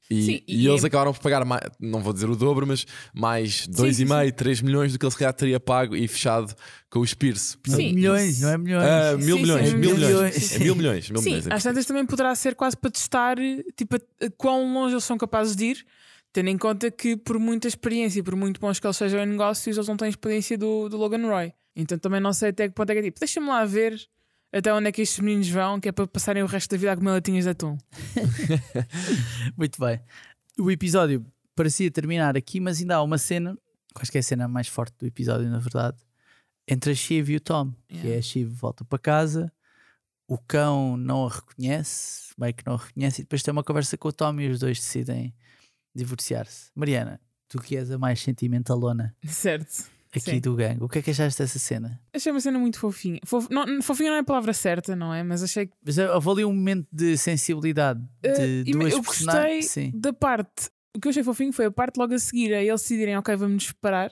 E eles acabaram por pagar, mais, não vou dizer o dobro, mas mais 2,5, 3 milhões do que ele se calhar teria pago e fechado com os Pierce. Sim, milhões, não é milhões. Mil milhões. Sim, às tantas também poderá ser quase para testar tipo, a quão longe eles são capazes de ir, tendo em conta que por muita experiência e por muito bons que eles sejam em negócios, eles não têm experiência do Logan Roy. Então também não sei até que ponto é que é tipo, deixa-me lá ver até onde é que estes meninos vão, que é para passarem o resto da vida a comer latinhas de atum. Muito bem. O episódio parecia terminar aqui, mas ainda há uma cena, acho que é a cena mais forte do episódio, na verdade, entre a Shiv e o Tom. Que é a Shiv volta para casa, o cão não a reconhece, bem que não a reconhece, e depois tem uma conversa com o Tom e os dois decidem divorciar-se. Mariana, tu que és a mais sentimentalona certo aqui do gangue, o que é que achaste dessa cena? Achei uma cena muito fofinha. Fofinha não é a palavra certa, não é? Mas achei que. Mas houve ali um momento de sensibilidade de duas eu personagens. Gostei da parte. O que eu achei fofinho foi a parte logo a seguir, a eles decidirem, ok, vamos nos separar.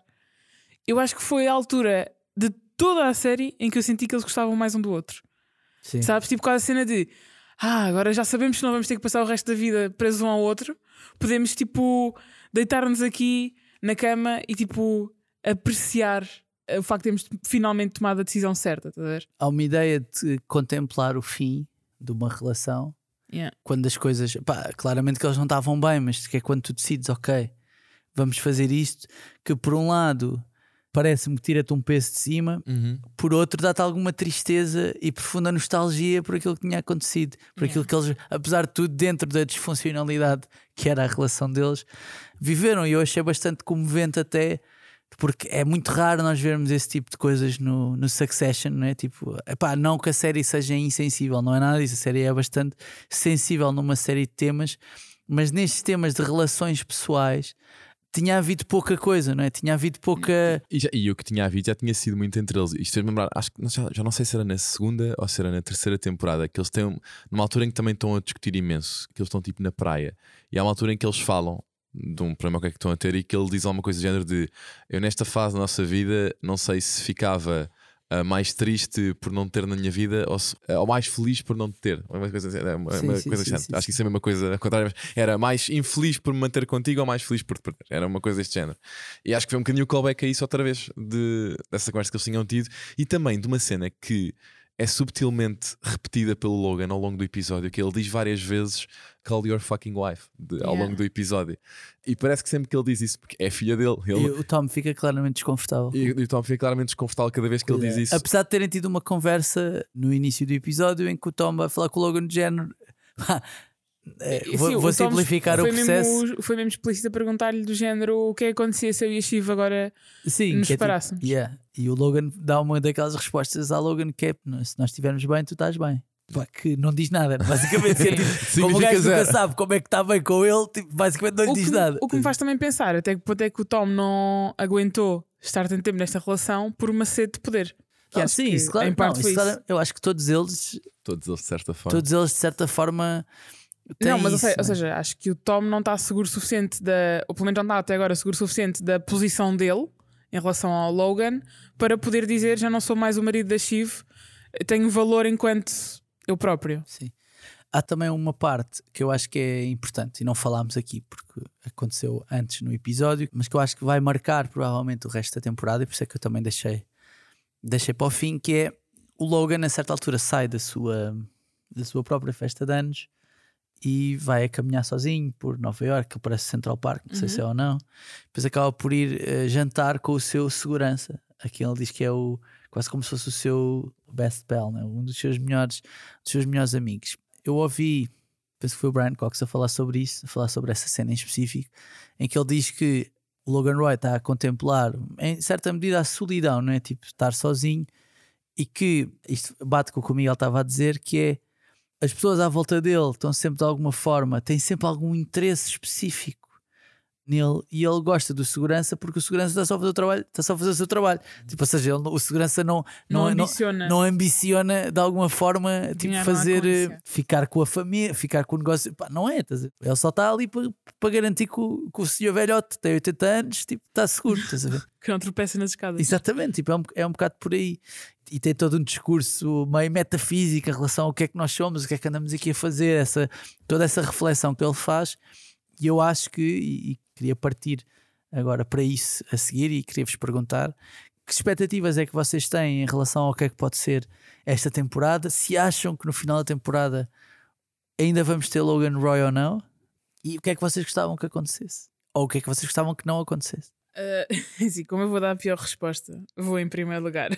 Eu acho que foi a altura de toda a série em que eu senti que eles gostavam mais um do outro. Sim. Sabes? Tipo, quase a cena de agora já sabemos que não vamos ter que passar o resto da vida presos um ao outro. Podemos, tipo, deitar-nos aqui na cama e, tipo, apreciar o facto de termos finalmente tomado a decisão certa, estás a ver? Há uma ideia de contemplar o fim de uma relação quando as coisas, claramente que eles não estavam bem, mas que é quando tu decides, ok, vamos fazer isto, que por um lado parece-me que tira-te um peso de cima, por outro dá-te alguma tristeza e profunda nostalgia por aquilo que tinha acontecido, por aquilo que eles, apesar de tudo, dentro da disfuncionalidade que era a relação deles, viveram. E eu achei bastante comovente até, porque é muito raro nós vermos esse tipo de coisas no Succession, não é? Tipo, não que a série seja insensível, não é nada disso, a série é bastante sensível numa série de temas, mas nestes temas de relações pessoais tinha havido pouca coisa, não é? Tinha havido pouca. E o que tinha havido já tinha sido muito entre eles. Isto fez-me lembrar, acho que já não sei se era na segunda ou se era na terceira temporada, que eles têm numa altura em que também estão a discutir imenso, que eles estão tipo na praia, e há uma altura em que eles falam de um problema que é que estão a ter e que ele diz alguma coisa do género de: eu nesta fase da nossa vida não sei se ficava mais triste por não ter na minha vida ou mais feliz por não ter. Uma coisa assim. Acho que isso é a mesma coisa ao contrário, era mais infeliz por me manter contigo ou mais feliz por te perder. Era uma coisa deste género. E acho que foi um bocadinho o callback a isso outra vez dessa conversa que eles tinham tido, e também de uma cena que é subtilmente repetida pelo Logan ao longo do episódio, que ele diz várias vezes "call your fucking wife" ao longo do episódio. E parece que sempre que ele diz isso, porque é filha dele. E o Tom fica claramente desconfortável. E o Tom fica claramente desconfortável cada vez que ele diz isso. Apesar de terem tido uma conversa no início do episódio em que o Tom vai falar com o Logan de género. Vou simplificar o processo. Foi mesmo explícito a perguntar-lhe do género o que é que acontecia se eu e a Shiv agora nos separássemos. E o Logan dá uma daquelas respostas à Logan que é: se nós estivermos bem, tu estás bem. Que não diz nada, basicamente. Como o gajo nunca sabe como é que está bem com ele, tipo, basicamente não lhe diz nada. O que me faz também pensar até que ponto é que o Tom não aguentou estar tanto tempo nesta relação por uma sede de poder. Sim, isso, claro. Em parte foi isso. Eu acho que todos eles de certa forma. Não, mas ou seja, acho que o Tom não está seguro suficiente ou pelo menos não está até agora seguro suficiente da posição dele em relação ao Logan para poder dizer: já não sou mais o marido da Shiv, tenho valor enquanto eu próprio. Sim. Há também uma parte que eu acho que é importante e não falámos aqui porque aconteceu antes no episódio, mas que eu acho que vai marcar provavelmente o resto da temporada, e por isso é que eu também deixei para o fim, que é o Logan a certa altura sai da sua própria festa de anos e vai a caminhar sozinho por Nova Iorque, que parece Central Park, não sei se é ou não. Depois acaba por ir jantar com o seu segurança, a quem ele diz que é quase como se fosse o seu best pal, né? Um dos seus melhores amigos. Eu ouvi, penso que foi o Brian Cox a falar sobre isso, a falar sobre essa cena em específico, em que ele diz que o Logan Roy está a contemplar em certa medida a solidão, não é? Tipo, estar sozinho, e que isto bate com o que o Miguel estava a dizer, que é: as pessoas à volta dele estão sempre de alguma forma, têm sempre algum interesse específico nele, e ele gosta do segurança porque o segurança está só a fazer o seu trabalho. Tipo, ou seja, o segurança não ambiciona de alguma forma, tipo, ficar com a família, ficar com o negócio. Pá, não é, ele só está ali para garantir que o senhor velhote tem 80 anos, tipo, está seguro, estás a ver? Que não tropeça nas escadas. Exatamente, tipo, é um bocado por aí. E tem todo um discurso meio metafísico em relação ao que é que nós somos, o que é que andamos aqui a fazer, toda essa reflexão que ele faz. E eu acho que, e queria partir agora para isso a seguir, e queria-vos perguntar que expectativas é que vocês têm em relação ao que é que pode ser esta temporada, se acham que no final da temporada ainda vamos ter Logan Roy ou não, e o que é que vocês gostavam que acontecesse, ou o que é que vocês gostavam que não acontecesse. Assim, como eu vou dar a pior resposta, vou em primeiro lugar.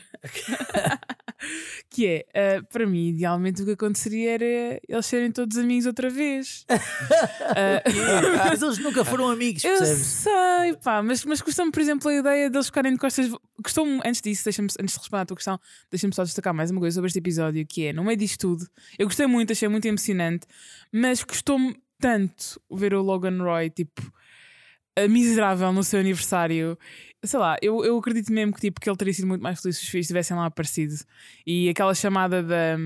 Que é, para mim, idealmente o que aconteceria era eles serem todos amigos outra vez. Mas eles nunca foram amigos, percebes? Eu sei, pá, mas custa-me, por exemplo, a ideia deles ficarem de costas. Custou-me, antes de responder à tua questão, deixa-me só destacar mais uma coisa sobre este episódio, que é, no meio disto tudo, eu gostei muito, achei muito emocionante, mas custou-me tanto ver o Logan Roy, tipo, miserável no seu aniversário. Sei lá, eu acredito mesmo que ele teria sido muito mais feliz se os filhos tivessem lá aparecido. E aquela chamada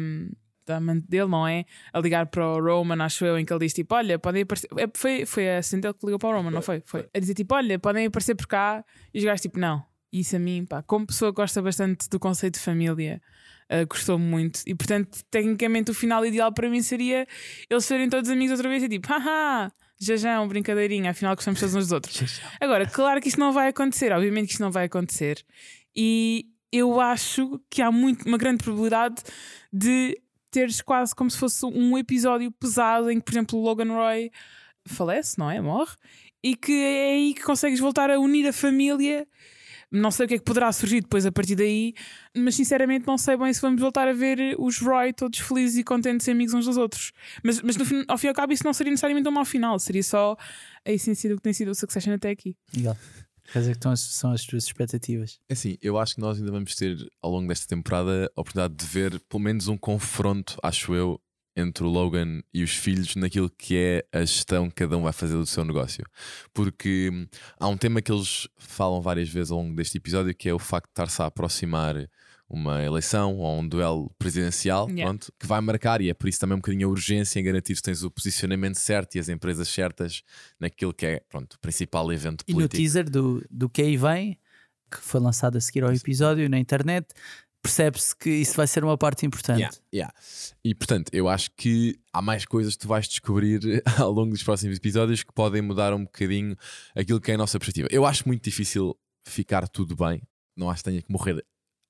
da amante dele, não é? A ligar para o Roman, acho eu, em que ele diz tipo: olha, podem aparecer. Foi a Centel que ligou para o Roman, não foi? Foi. A dizer tipo: olha, podem aparecer por cá. E os gajos tipo: não. E isso a mim, pá, como pessoa que gosta bastante do conceito de família, gostou-me muito. E portanto, tecnicamente, o final ideal para mim seria eles serem todos amigos outra vez e tipo: haha, jajão, brincadeirinha, afinal gostamos todos uns dos outros. Agora, claro que isto não vai acontecer, obviamente que isto não vai acontecer. E eu acho que há uma grande probabilidade de teres quase como se fosse um episódio pesado em que, por exemplo, o Logan Roy falece, não é? Morre. E que é aí que consegues voltar a unir a família. Não sei o que é que poderá surgir depois a partir daí, mas sinceramente não sei bem se vamos voltar a ver os Roy todos felizes e contentes e amigos uns dos outros. Mas no fim, ao fim e ao cabo, isso não seria necessariamente um mau final, seria só a essência do que tem sido o Succession até aqui. Legal. Quer dizer que são as tuas expectativas? É assim, eu acho que nós ainda vamos ter ao longo desta temporada a oportunidade de ver pelo menos um confronto, acho eu, entre o Logan e os filhos naquilo que é a gestão que cada um vai fazer do seu negócio. Porque há um tema que eles falam várias vezes ao longo deste episódio, que é o facto de estar-se a aproximar uma eleição ou um duelo presidencial, pronto, que vai marcar, e é por isso também um bocadinho a urgência em garantir que tens o posicionamento certo e as empresas certas naquilo que é, pronto, o principal evento político. E no teaser do que aí vem, que foi lançado a seguir ao episódio na internet, percebe-se que isso vai ser uma parte importante. E portanto, eu acho que há mais coisas que tu vais descobrir ao longo dos próximos episódios que podem mudar um bocadinho aquilo que é a nossa perspectiva. Eu acho muito difícil ficar tudo bem, não acho que tenha que morrer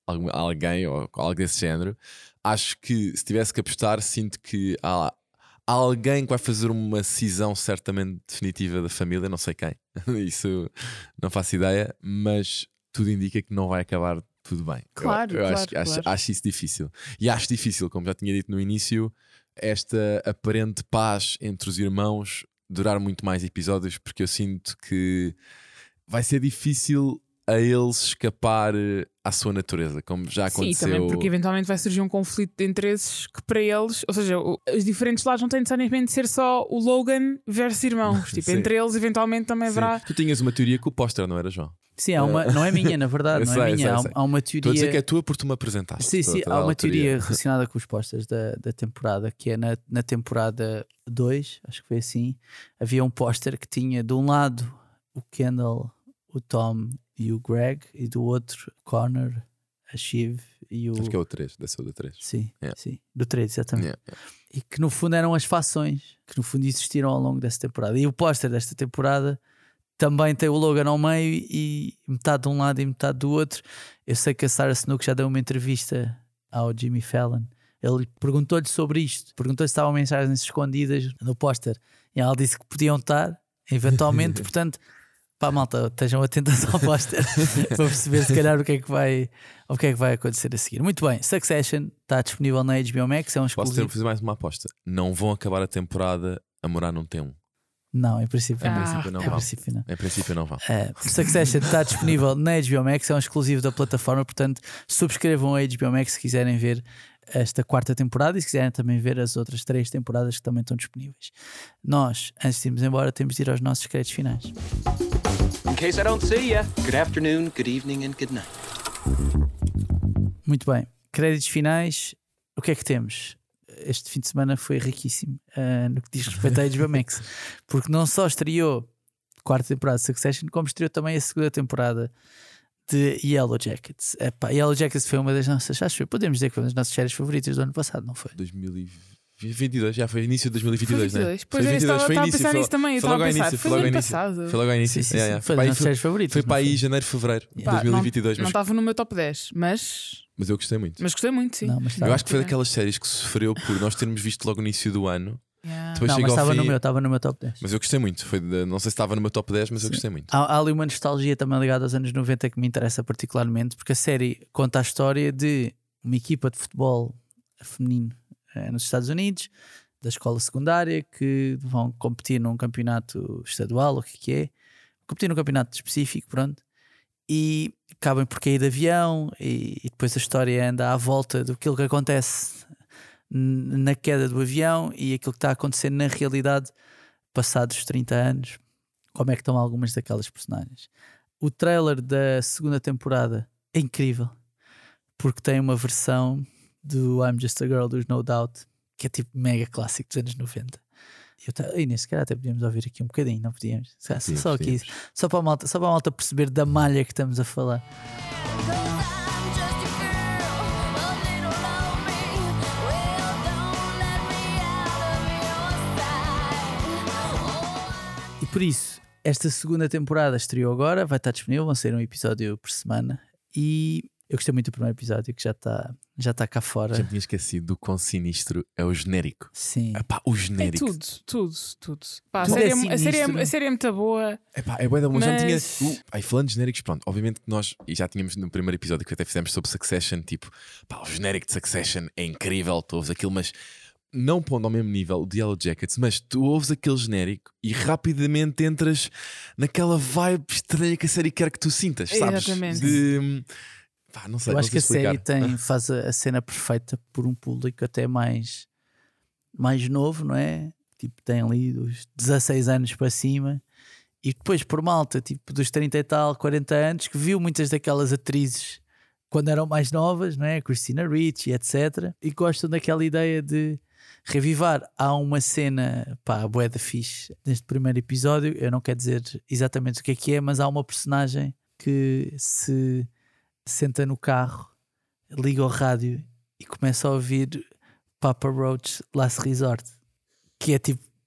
alguém ou algo desse género. Acho que se tivesse que apostar, sinto que há alguém que vai fazer uma cisão certamente definitiva da família, não sei quem, isso não faço ideia, mas tudo indica que não vai acabar tudo bem. Claro, eu claro. acho isso difícil. E acho difícil, como já tinha dito no início, esta aparente paz entre os irmãos durar muito mais episódios, porque eu sinto que vai ser difícil a eles escapar à sua natureza, como já aconteceu. Sim, também porque eventualmente vai surgir um conflito de interesses que para eles, ou seja, os diferentes lados não têm necessariamente de ser só o Logan versus irmãos. Tipo, entre eles eventualmente também haverá. Tu tinhas uma teoria com o póster, não era, João? Sim, há uma, não é minha, na verdade, não é minha. Sei. Há uma teoria. Estou a dizer que é tua porque tu me apresentaste. Sim, há uma teoria relacionada com os posters da temporada, que é na temporada 2, acho que foi assim. Havia um póster que tinha de um lado o Kendall, o Tom e o Greg, e do outro Connor, a Shiv e o. Acho que é o 3, deve ser o do 3. Sim, Yeah. sim, do 3, exatamente. Yeah. E que no fundo eram as fações que no fundo existiram ao longo dessa temporada. E o póster desta temporada também tem o Logan ao meio e metade de um lado e metade do outro. Eu sei que a Sarah Snook já deu uma entrevista ao Jimmy Fallon. Ele perguntou-lhe sobre isto, perguntou se estavam mensagens escondidas no póster e ela disse que podiam estar, eventualmente. Portanto, pá, malta, estejam atentos ao póster para perceber se calhar o que é que vai acontecer a seguir. Muito bem, Succession está disponível na HBO Max, é um Posso exclusivo. fazer mais uma aposta? Não vão acabar a temporada a morar num T1. Não, em princípio Em não. princípio não Em vão. princípio não. Em princípio não vão. Succession está disponível na HBO Max, é um exclusivo da plataforma, portanto subscrevam a HBO Max se quiserem ver esta 4ª temporada e se quiserem também ver as outras 3 temporadas que também estão disponíveis. Nós, antes de irmos embora, temos de ir aos nossos créditos finais. In case I don't see ya, good afternoon, good evening and good night. Muito bem, créditos finais, o que é que temos? Este fim de semana foi riquíssimo no que diz respeito à HBO Max, porque não só estreou a 4ª temporada de Succession, como estreou também a 2ª temporada de Yellow Jackets. Yellow Jackets foi uma das nossas, podemos dizer que foi uma das nossas séries favoritas do ano passado, não foi? 2022, já foi início de 2022, Foi né? 22. Pois é, estava a pensar nisso também. Foi logo ao início. Foi logo ano passado. Foi logo ao início. Sim. Yeah. Foi das nossas séries favoritas. Foi para aí não janeiro, fevereiro de Pá, 2022. Não estava no meu top 10, mas Mas eu gostei muito. gostei muito, sim. Não, mas Eu acho que foi daquelas séries que sofreu por nós termos visto logo no início do ano. Yeah. Depois Não, chega mas ao fim, estava no meu top 10. mas eu gostei muito. Não sei se estava no meu top 10, mas eu gostei muito. Há ali uma nostalgia também ligada aos anos 90 que me interessa particularmente, porque a série conta a história de uma equipa de futebol feminino nos Estados Unidos, da escola secundária, que vão competir num campeonato estadual, o que é, competir num campeonato específico, pronto, e acabam por cair de avião e depois a história anda à volta do que acontece na queda do avião e aquilo que está a acontecer na realidade passados 30 anos, como é que estão algumas daquelas personagens. O trailer da 2ª temporada é incrível, porque tem uma versão do I'm Just a Girl dos No Doubt, que é tipo mega clássico dos anos 90. E nesse cara até podíamos ouvir aqui um bocadinho, não podíamos? Só aqui, só para a malta perceber da malha que estamos a falar. E por isso, esta 2ª temporada estreou agora, vai estar disponível, vão ser um episódio por semana. E eu gostei muito do primeiro episódio, que já está cá fora. Já me tinha esquecido do quão sinistro é o genérico. Sim. Epá, o genérico. É tudo. Pá, Tudo a série é muito boa. Epá, é bué da bom. Já me tinha. Mas- Aí falando de genéricos, pronto, obviamente que nós, e já tínhamos no primeiro episódio que até fizemos sobre Succession, tipo, pá, o genérico de Succession é incrível, tu ouves aquilo, mas não pondo ao mesmo nível de Yellow Jackets, mas tu ouves aquele genérico e rapidamente entras naquela vibe estranha que a série quer que tu sintas, sabes? Exatamente. Pá, não sei, Eu não acho que sei a explicar. série faz a cena perfeita por um público até mais novo, não é? Tipo, tem ali dos 16 anos para cima, e depois por malta, tipo dos 30 e tal, 40 anos, que viu muitas daquelas atrizes quando eram mais novas, não é? Christina Ricci, etc. E gostam daquela ideia de revivar. Há uma cena, pá, bué da fixe neste primeiro episódio. Eu não quero dizer exatamente o que é, mas há uma personagem que se senta no carro, liga ao rádio e começa a ouvir Papa Roach Last Resort, que é tipo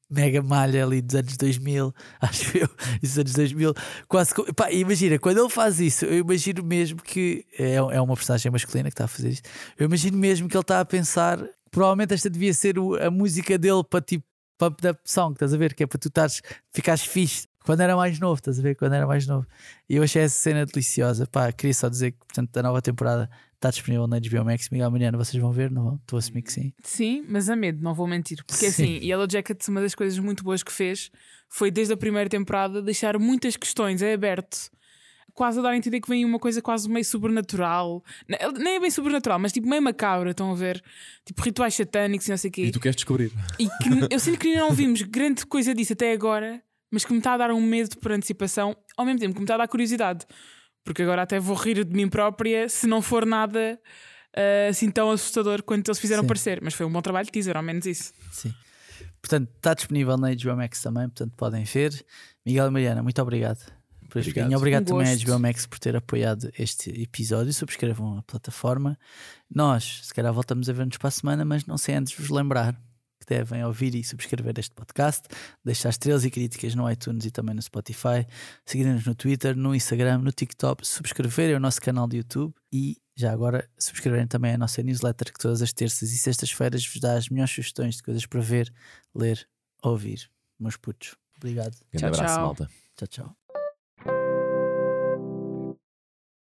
mega malha ali dos anos 2000, acho eu, dos anos 2000, quase. Pá, imagina, quando ele faz isso, eu imagino mesmo que é uma personagem masculina que está a fazer isto. Eu imagino mesmo que ele está a pensar, provavelmente esta devia ser a música dele para tipo pump up song, estás a ver? Que é para tu ficares fixe. Quando era mais novo, estás a ver? Quando era mais novo. E eu achei essa cena deliciosa. Pá, queria só dizer que, portanto, a nova temporada está disponível na HBO Max. Miguel, Mariana, vocês vão ver? Não vão? Estou a assumir que sim. Sim, mas a medo, não vou mentir. Porque assim, Yellow Jackets, uma das coisas muito boas que fez foi desde a primeira temporada deixar muitas questões em aberto, quase a dar a entender que vem uma coisa quase meio sobrenatural. Nem é bem sobrenatural, mas tipo meio macabra, estão a ver? Tipo rituais satânicos e não sei o quê. E tu queres descobrir? E que eu sinto que ainda não vimos grande coisa disso até agora, mas que me está a dar um medo por antecipação, ao mesmo tempo que me está a dar curiosidade. Porque agora até vou rir de mim própria se não for nada assim tão assustador quanto eles fizeram parecer. Mas foi um bom trabalho de teaser, ao menos isso. Sim. Portanto, está disponível na HBO Max também, portanto podem ver. Miguel e Mariana, muito obrigado por este bocadinho. Obrigado também à HBO Max por ter apoiado este episódio. Subscrevam a plataforma. Nós, se calhar, voltamos a ver-nos para a semana, mas não sei antes vos lembrar que devem ouvir e subscrever este podcast, deixar estrelas e críticas no iTunes e também no Spotify, seguirem-nos no Twitter, no Instagram, no TikTok, subscreverem o nosso canal de YouTube e já agora subscreverem também a nossa newsletter que todas as terças e sextas-feiras vos dá as melhores sugestões de coisas para ver, ler, ouvir. Meus putos, obrigado. Grande abraço, malta. Tchau, tchau.